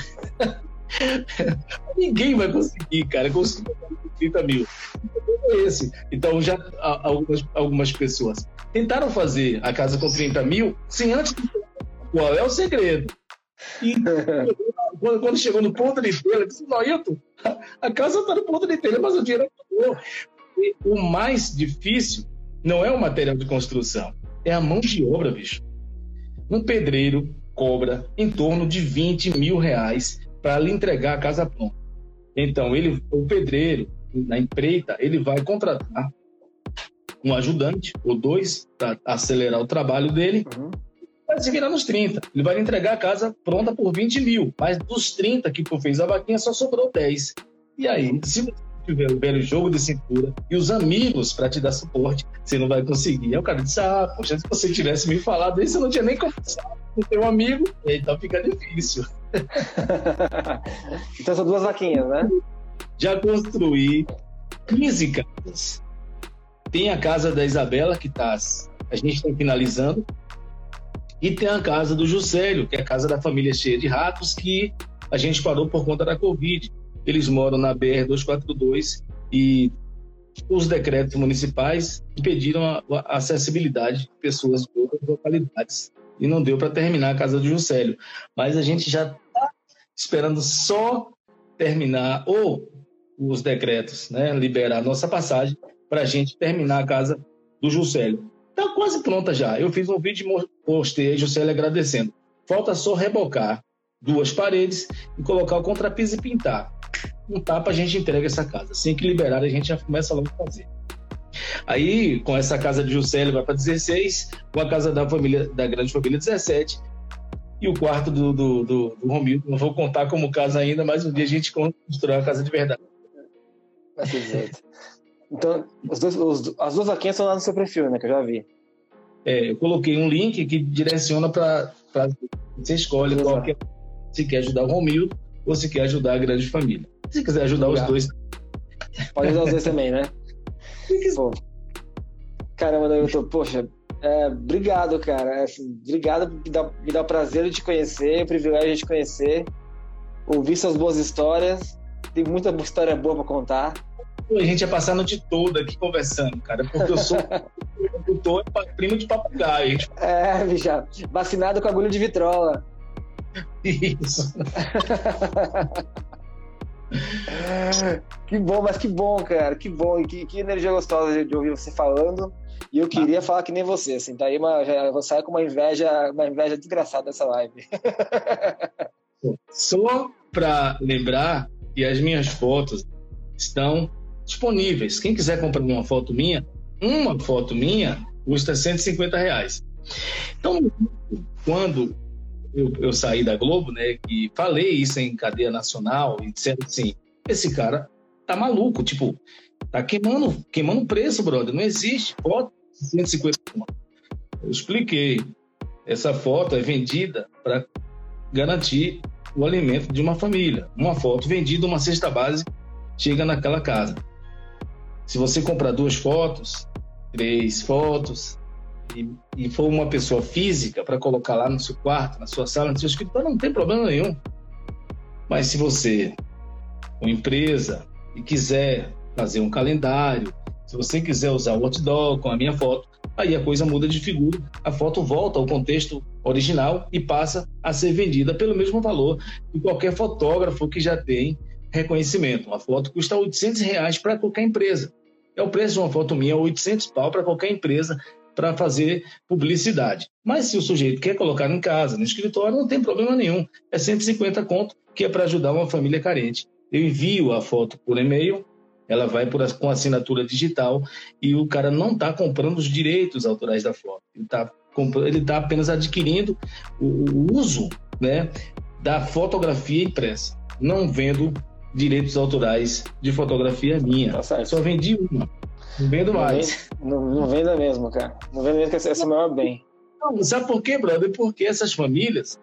Ninguém vai conseguir, cara, construir com trinta mil. Esse. Então já algumas, algumas pessoas tentaram fazer a casa com trinta mil sem antes. Qual é o segredo? E quando, quando chegou no ponto de telha, eu disse, Noilton, a casa está no ponto de telha, mas o dinheiro acabou. E o mais difícil não é o material de construção, é a mão de obra, bicho. Um pedreiro cobra em torno de vinte mil reais para lhe entregar a casa pronta. Então, ele, o pedreiro, na empreita, ele vai contratar um ajudante ou dois para acelerar o trabalho dele, uhum. Vai se virar nos trinta. Ele vai lhe entregar a casa pronta por vinte mil, mas dos trinta que tu fez a vaquinha só sobrou dez. E aí, se você tiver o velho jogo de cintura e os amigos para te dar suporte, você não vai conseguir. Aí o cara disse, ah, poxa, se você tivesse me falado isso, eu não tinha nem conversado com o teu amigo, então fica difícil. Então são duas vaquinhas, né? Já construí quinze casas. Tem a casa da Isabela, que tá, a gente está finalizando, e tem a casa do Juscelio, que é a casa da família cheia de ratos, que a gente parou por conta da Covid. Eles moram na B R duzentos e quarenta e dois e os decretos municipais impediram a, a acessibilidade de pessoas de outras localidades. E não deu para terminar a casa do Juscelio. Mas a gente já está esperando só terminar, ou os decretos, né, liberar a nossa passagem, para a gente terminar a casa do Juscelio. Está quase pronta já. Eu fiz um vídeo e postei a Juscelio agradecendo. Falta só rebocar duas paredes e colocar o contrapiso e pintar. Um tapa, a gente entrega essa casa. Assim que liberar, a gente já começa logo a fazer. Aí, com essa casa de Juscelio vai para dezesseis, com a casa da família, da grande família, dezessete, e o quarto do, do, do, do Romildo. Não vou contar como casa ainda, mas um dia a gente constrói a casa de verdade. Vai ser jeito. Então, os dois, os, as duas vaquinhas estão lá no seu perfil, né? Que eu já vi. É, eu coloquei um link que direciona para... Você escolhe qual que é, se quer ajudar o Romildo ou se quer ajudar a grande família. Se quiser ajudar Legal. Os dois... Pode ajudar os dois também, né? Pô. Caramba, eu tô... Poxa, é, obrigado, cara. É, assim, obrigado, me dá, me dá o prazer de te conhecer, o privilégio de te conhecer, ouvir suas boas histórias. Tem muita história boa para contar. A gente ia passar a noite toda aqui conversando, cara, porque eu sou produtor e primo de papagaio. É, bicho, vacinado com agulha de vitrola. Isso. Que bom, mas que bom, cara, que bom, e que, que energia gostosa de ouvir você falando. E eu queria ah. falar que nem você, assim, tá aí uma, já vou sair com uma inveja, uma inveja desgraçada dessa live. Só para lembrar que as minhas fotos estão disponíveis. Quem quiser comprar uma foto minha, uma foto minha custa cento e cinquenta reais. Então, quando eu, eu saí da Globo, né, e falei isso em cadeia nacional, e disseram assim, esse cara tá maluco, tipo, tá queimando, queimando preço, brother, não existe foto de cento e cinquenta reais. Eu expliquei, essa foto é vendida para garantir o alimento de uma família. Uma foto vendida, uma cesta básica, chega naquela casa. Se você comprar duas fotos, três fotos, e, e for uma pessoa física para colocar lá no seu quarto, na sua sala, no seu escritório, não tem problema nenhum. Mas se você, uma empresa, e quiser fazer um calendário, se você quiser usar o outdoor com a minha foto, aí a coisa muda de figura, a foto volta ao contexto original e passa a ser vendida pelo mesmo valor que qualquer fotógrafo que já tem reconhecimento. Uma foto custa oitocentos reais para qualquer empresa. É o preço de uma foto minha, oitocentos pau para qualquer empresa para fazer publicidade. Mas se o sujeito quer colocar em casa, no escritório, não tem problema nenhum. É cento e cinquenta conto, que é para ajudar uma família carente. Eu envio a foto por e-mail, ela vai por, com assinatura digital e o cara não está comprando os direitos autorais da foto. Ele está ele tá apenas adquirindo o, o uso, né, da fotografia impressa. Não vendo direitos autorais de fotografia minha. Tá certo. Só vendi uma. Não vendo não mais. Vende, não, não venda mesmo, cara. Não venda mesmo, que esse é o maior bem. Não, sabe por quê, brother? Porque essas famílias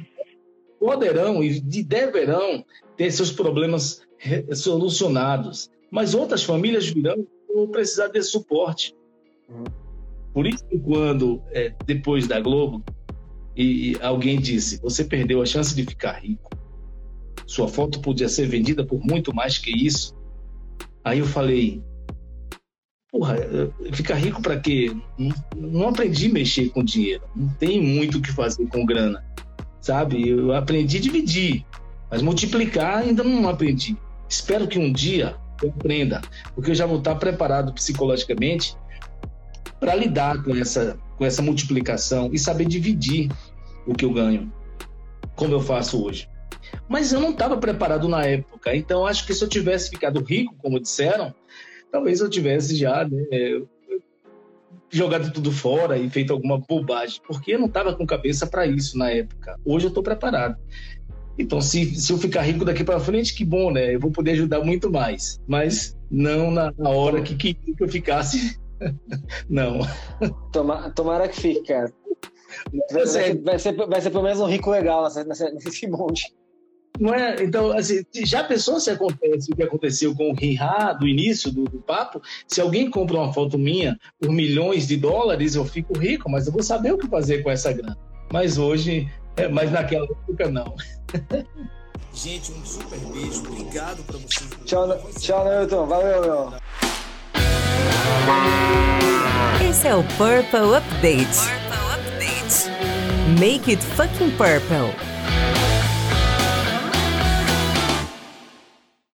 poderão e deverão ter seus problemas solucionados. Mas outras famílias virão e vão precisar desse suporte. Uhum. Por isso que quando, é, depois da Globo, e, e alguém disse, você perdeu a chance de ficar rico, sua foto podia ser vendida por muito mais que isso. Aí eu falei, porra, ficar rico para quê? Não, não aprendi a mexer com dinheiro, não tem muito o que fazer com grana. sabe? Eu aprendi a dividir, mas multiplicar ainda não aprendi. Espero que um dia eu aprenda, porque eu já vou estar preparado psicologicamente para lidar com essa, com essa multiplicação e saber dividir o que eu ganho, como eu faço hoje. Mas eu não estava preparado na época, então acho que se eu tivesse ficado rico, como disseram, talvez eu tivesse já, né, jogado tudo fora e feito alguma bobagem, porque eu não estava com cabeça para isso na época. Hoje eu estou preparado. Então, se, se eu ficar rico daqui para frente, que bom, né? Eu vou poder ajudar muito mais. Mas não na, na hora que queria que eu ficasse. Não. Toma, tomara que fique, cara. Vai, vai, ser, vai, ser, vai ser pelo menos um rico legal nessa, nessa, nesse monte. Não é? Então, assim, já pensou se acontece o que aconteceu com o Rinha do início do, do papo? Se alguém compra uma foto minha por milhões de dólares, eu fico rico, mas eu vou saber o que fazer com essa grana. Mas hoje, é, mas naquela época, não. Gente, um super beijo. Obrigado pra vocês. Tchau, tchau, Newton. Valeu, meu. Esse é o Purple Update. Purple Update. Make it fucking purple.